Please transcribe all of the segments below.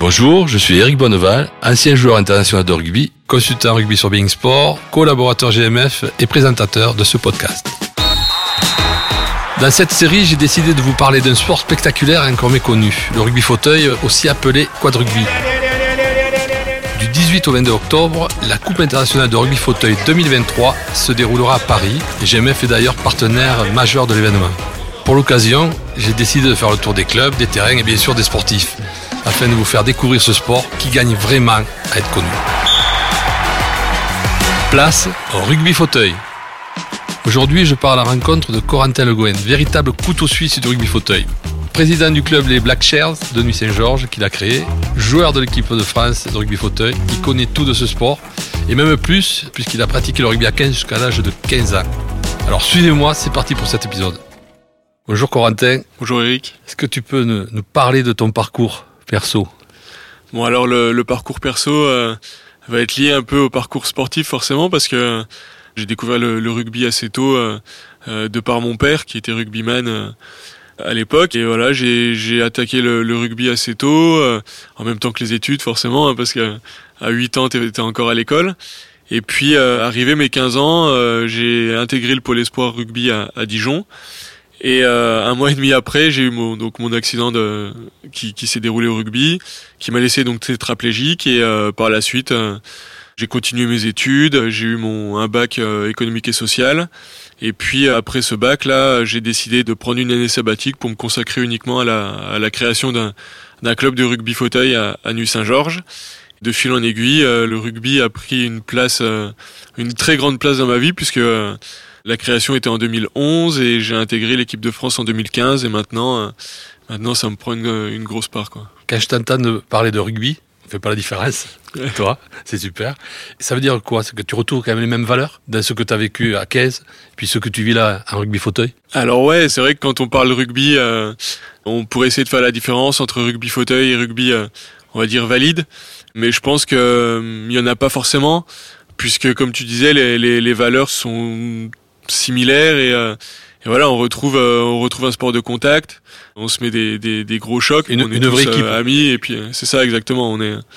Bonjour, je suis Eric Bonneval, ancien joueur international de rugby, consultant rugby sur Bein Sport, collaborateur GMF et présentateur de ce podcast. Dans cette série, j'ai décidé de vous parler d'un sport spectaculaire et encore méconnu, le rugby fauteuil, aussi appelé quad rugby. Du 18 au 22 octobre, la Coupe internationale de rugby fauteuil 2023 se déroulera à Paris et GMF est d'ailleurs partenaire majeur de l'événement. Pour l'occasion, j'ai décidé de faire le tour des clubs, des terrains et bien sûr des sportifs, afin de vous faire découvrir ce sport qui gagne vraiment à être connu. Place au rugby fauteuil. Aujourd'hui, je pars à la rencontre de Corentin Le Gouen, véritable couteau suisse du rugby fauteuil. Président du club les Black Chairs de Nuit-Saint-Georges, qu'il a créé, joueur de l'équipe de France de rugby fauteuil, il connaît tout de ce sport, et même plus, puisqu'il a pratiqué le rugby à 15 jusqu'à l'âge de 15 ans. Alors suivez-moi, c'est parti pour cet épisode. Bonjour Corentin. Bonjour Eric. Est-ce que tu peux nous parler de ton parcours perso? Bon, alors le parcours perso va être lié un peu au parcours sportif forcément, parce que j'ai découvert le rugby assez tôt de par mon père qui était rugbyman à l'époque, et voilà, j'ai attaqué le rugby assez tôt, en même temps que les études forcément, parce que à 8 ans t'étais encore à l'école. Et puis arrivé mes 15 ans, j'ai intégré le pôle espoir rugby à Dijon. Et un mois et demi après, j'ai eu mon accident qui s'est déroulé au rugby, qui m'a laissé donc tétraplégique, et par la suite j'ai continué mes études, j'ai eu un bac économique et social, et puis après ce bac là, j'ai décidé de prendre une année sabbatique pour me consacrer uniquement à la création d'un club de rugby fauteuil à Nuit-Saint-Georges. De fil en aiguille, le rugby a pris une très grande place dans ma vie, puisque la création était en 2011 et j'ai intégré l'équipe de France en 2015, et maintenant ça me prend une grosse part, quoi. Quand je t'entends parler de rugby, on fait pas la différence, toi, c'est super. Ça veut dire quoi? C'est que tu retrouves quand même les mêmes valeurs dans ce que tu as vécu à 15, puis ce que tu vis là en rugby fauteuil? Alors ouais, c'est vrai que quand on parle rugby, on pourrait essayer de faire la différence entre rugby fauteuil et rugby, on va dire valide, mais je pense que y en a pas forcément, puisque comme tu disais, les valeurs sont similaires, et voilà, on retrouve un sport de contact, on se met des gros chocs, une vraie équipe, amis, et puis c'est ça exactement,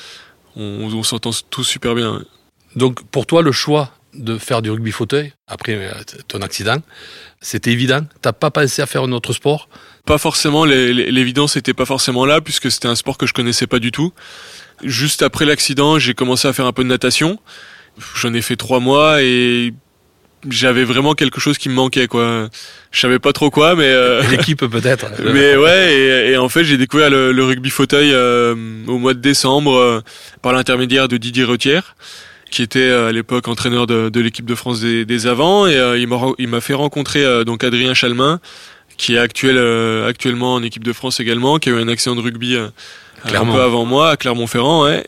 on s'entend tous super bien. Ouais. Donc pour toi, le choix de faire du rugby fauteuil après ton accident, c'était évident? T'as pas pensé à faire un autre sport? Pas forcément, l'évidence était pas forcément là, puisque c'était un sport que je connaissais pas du tout. Juste après l'accident, j'ai commencé à faire un peu de natation. J'en ai fait 3 mois et j'avais vraiment quelque chose qui me manquait, quoi. Je savais pas trop quoi, mais l'équipe peut-être. Mais ouais, et en fait j'ai découvert le rugby fauteuil au mois de décembre par l'intermédiaire de Didier Retière, qui était à l'époque entraîneur de l'équipe de France des avants, et il m'a fait rencontrer donc Adrien Chalmin, qui est actuellement en équipe de France également, qui a eu un accident de rugby un peu avant moi à Clermont-Ferrand, ouais,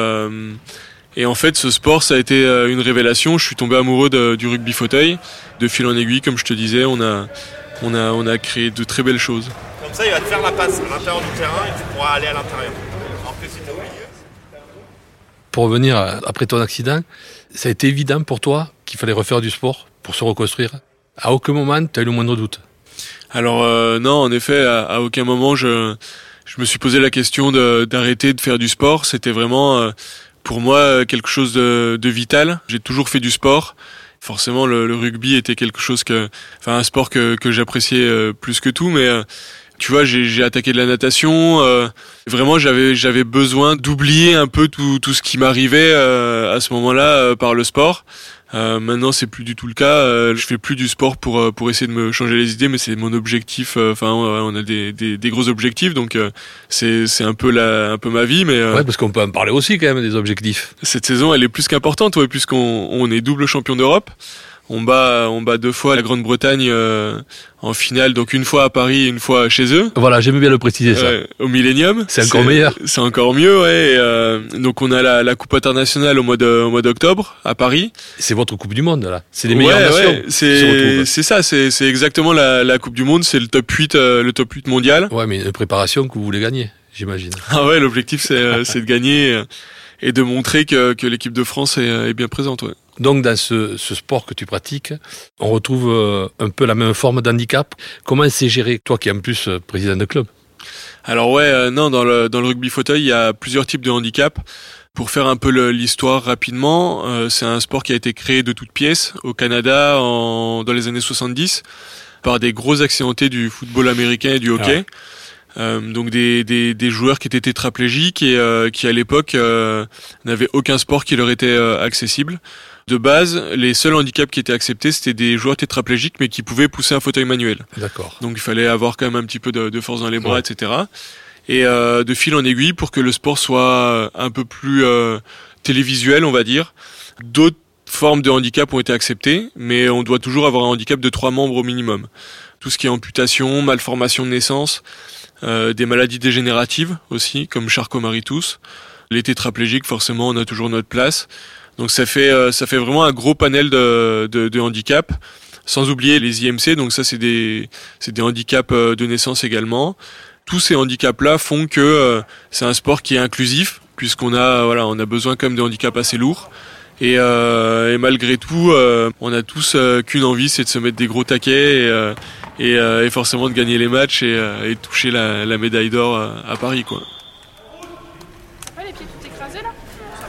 et en fait, ce sport, ça a été une révélation. Je suis tombé amoureux du rugby fauteuil. De fil en aiguille, comme je te disais, on a créé de très belles choses. Comme ça, il va te faire la passe à l'intérieur du terrain et tu pourras aller à l'intérieur. Alors que si t'es au milieu... Pour revenir après ton accident, ça a été évident pour toi qu'il fallait refaire du sport pour se reconstruire? À aucun moment, tu as eu le moindre doute? Alors non, en effet, à aucun moment, je me suis posé la question d'arrêter de faire du sport. C'était vraiment... pour moi, quelque chose de vital. J'ai toujours fait du sport. Forcément, le rugby était quelque chose un sport que j'appréciais plus que tout. Mais tu vois, j'ai attaqué de la natation. Vraiment, j'avais besoin d'oublier un peu tout ce qui m'arrivait à ce moment-là par le sport. Maintenant, c'est plus du tout le cas. Je fais plus du sport pour essayer de me changer les idées, mais c'est mon objectif. On a des gros objectifs, donc c'est un peu ma vie. Mais ouais, parce qu'on peut en parler aussi quand même des objectifs. Cette saison, elle est plus qu'importante, ouais, puisqu'on est double champion d'Europe. On bat 2 fois la Grande-Bretagne en finale, donc une fois à Paris et une fois chez eux. Voilà, j'aime bien le préciser ça. Au Millennium. C'est encore meilleur. C'est encore mieux, ouais. Donc on a la Coupe internationale au mois d'octobre à Paris. C'est votre Coupe du Monde là. C'est les meilleures nations. Ouais, c'est ça. C'est exactement la Coupe du Monde. C'est le top 8 mondial. Ouais, mais une préparation que vous voulez gagner, j'imagine. Ah ouais, l'objectif c'est de gagner et de montrer que l'équipe de France est bien présente, ouais. Donc dans ce sport que tu pratiques, on retrouve un peu la même forme d'handicap. Comment c'est géré, toi qui es en plus président de club? Alors non, dans le rugby fauteuil, il y a plusieurs types de handicap. Pour faire un peu l'histoire rapidement, c'est un sport qui a été créé de toutes pièces au Canada dans les années 70 par des gros accidentés du football américain et du hockey. Donc des joueurs qui étaient tétraplégiques et qui à l'époque n'avaient aucun sport qui leur était accessible. De base, les seuls handicaps qui étaient acceptés, c'était des joueurs tétraplégiques mais qui pouvaient pousser un fauteuil manuel. D'accord. Donc il fallait avoir quand même un petit peu de force dans les bras, etc. Et de fil en aiguille, pour que le sport soit un peu plus télévisuel, on va dire, d'autres formes de handicap ont été acceptées, mais on doit toujours avoir un handicap de 3 membres au minimum. Tout ce qui est amputation, malformation de naissance, des maladies dégénératives aussi, comme Charcot-Marie-Tooth. Les tétraplégiques, forcément, on a toujours notre place. Donc ça fait vraiment un gros panel de handicaps, sans oublier les IMC. Donc ça, c'est des handicaps de naissance également. Tous ces handicaps-là font que c'est un sport qui est inclusif, puisqu'on a besoin quand même de handicaps assez lourds. Et malgré tout, on a tous qu'une envie, c'est de se mettre des gros taquets et forcément de gagner les matchs et de toucher la médaille d'or à Paris, quoi. Les pieds tout écrasés là ?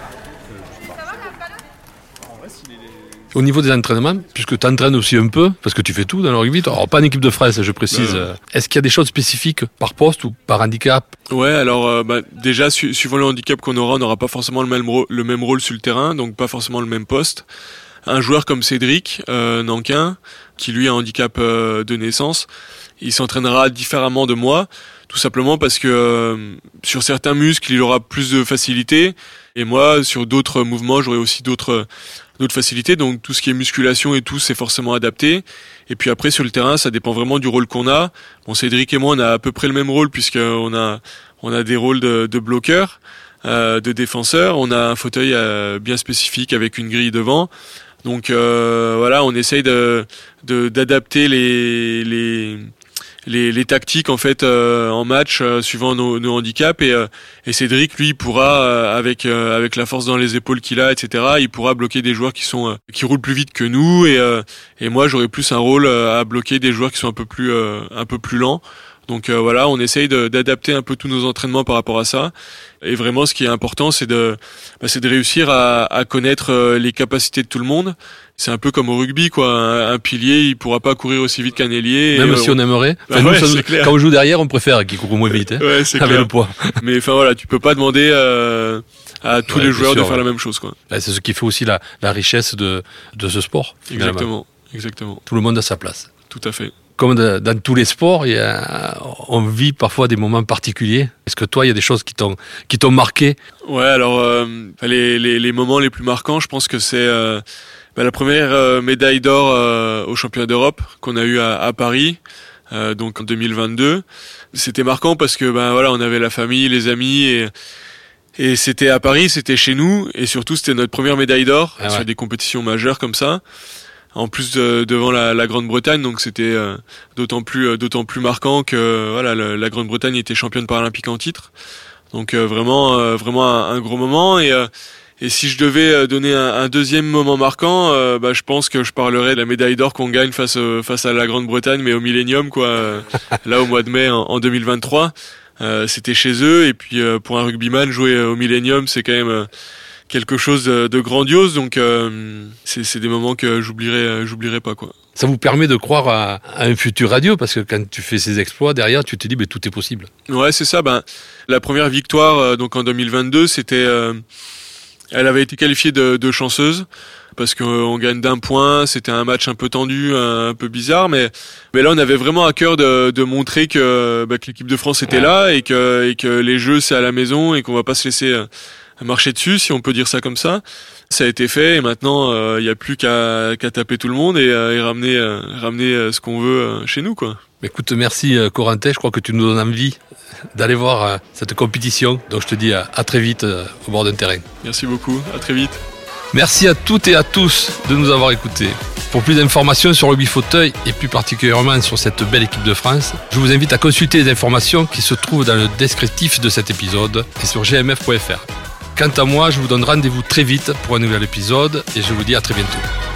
Au niveau des entraînements, puisque tu entraînes aussi un peu, parce que tu fais tout dans le rugby, alors pas en équipe de France, je précise, est-ce qu'il y a des choses spécifiques par poste ou par handicap ? Ouais, alors déjà, suivant le handicap qu'on aura, on n'aura pas forcément le même rôle sur le terrain, donc pas forcément le même poste. Un joueur comme Cédric Nankin, qui lui a un handicap de naissance, il s'entraînera différemment de moi, tout simplement parce que sur certains muscles, il aura plus de facilité, et moi, sur d'autres mouvements, j'aurai aussi d'autres facilités. Donc tout ce qui est musculation et tout, c'est forcément adapté. Et puis après, sur le terrain, ça dépend vraiment du rôle qu'on a. Bon, Cédric et moi, on a à peu près le même rôle, puisqu'on a des rôles de bloqueurs, de défenseurs. On a un fauteuil bien spécifique avec une grille devant. Donc on essaye d'adapter les tactiques en fait en match suivant nos handicaps et Cédric lui pourra avec la force dans les épaules qu'il a, etc., il pourra bloquer des joueurs qui roulent plus vite que nous et moi j'aurai plus un rôle à bloquer des joueurs qui sont un peu plus lents. Donc on essaye d'adapter un peu tous nos entraînements par rapport à ça. Et vraiment, ce qui est important, c'est de réussir à connaître les capacités de tout le monde. C'est un peu comme au rugby, quoi. Un pilier, il pourra pas courir aussi vite qu'un ailier. Même si on aimerait. Enfin, quand on joue derrière, on préfère qu'il court moins vite. Ouais, c'est avec clair. Le poids. Mais tu peux pas demander à tous les joueurs de faire la même chose, quoi. C'est ce qui fait aussi la richesse de ce sport. Exactement. Tout le monde a sa place. Tout à fait. Comme dans tous les sports, on vit parfois des moments particuliers. Est-ce que toi, il y a des choses qui t'ont marqué ? Ouais, alors les moments les plus marquants, je pense que c'est la première médaille d'or au championnat d'Europe qu'on a eu à Paris, donc en 2022. C'était marquant parce que on avait la famille, les amis et c'était à Paris, c'était chez nous et surtout c'était notre première médaille d'or sur des compétitions majeures comme ça. En plus devant la Grande-Bretagne, donc c'était d'autant plus marquant que la Grande-Bretagne était championne paralympique en titre. Donc vraiment un gros moment et si je devais donner un deuxième moment marquant, je pense que je parlerais de la médaille d'or qu'on gagne face à la Grande-Bretagne, mais au Millennium, quoi, là au mois de mai en 2023. C'était chez eux et puis pour un rugbyman jouer au Millennium, c'est quand même quelque chose de grandiose, donc c'est des moments que j'oublierai pas, quoi. Ça vous permet de croire à un futur radio, parce que quand tu fais ces exploits derrière, tu te dis tout est possible. Ouais, c'est ça. La première victoire donc en 2022, c'était elle avait été qualifiée de chanceuse parce qu'on gagne d'1 point, c'était un match un peu tendu, un peu bizarre, mais là on avait vraiment à cœur de montrer que l'équipe de France était là et que les jeux c'est à la maison et qu'on va pas se laisser marcher dessus, si on peut dire ça comme ça. Ça a été fait et maintenant il y a plus qu'à taper tout le monde et ramener ce qu'on veut chez nous, quoi. Écoute, merci Corentin, je crois que tu nous donnes envie d'aller voir cette compétition. Donc je te dis à très vite au bord d'un terrain. Merci beaucoup, à très vite. Merci à toutes et à tous de nous avoir écoutés. Pour plus d'informations sur le rugby fauteuil et plus particulièrement sur cette belle équipe de France, je vous invite à consulter les informations qui se trouvent dans le descriptif de cet épisode et sur gmf.fr. Quant à moi, je vous donne rendez-vous très vite pour un nouvel épisode et je vous dis à très bientôt.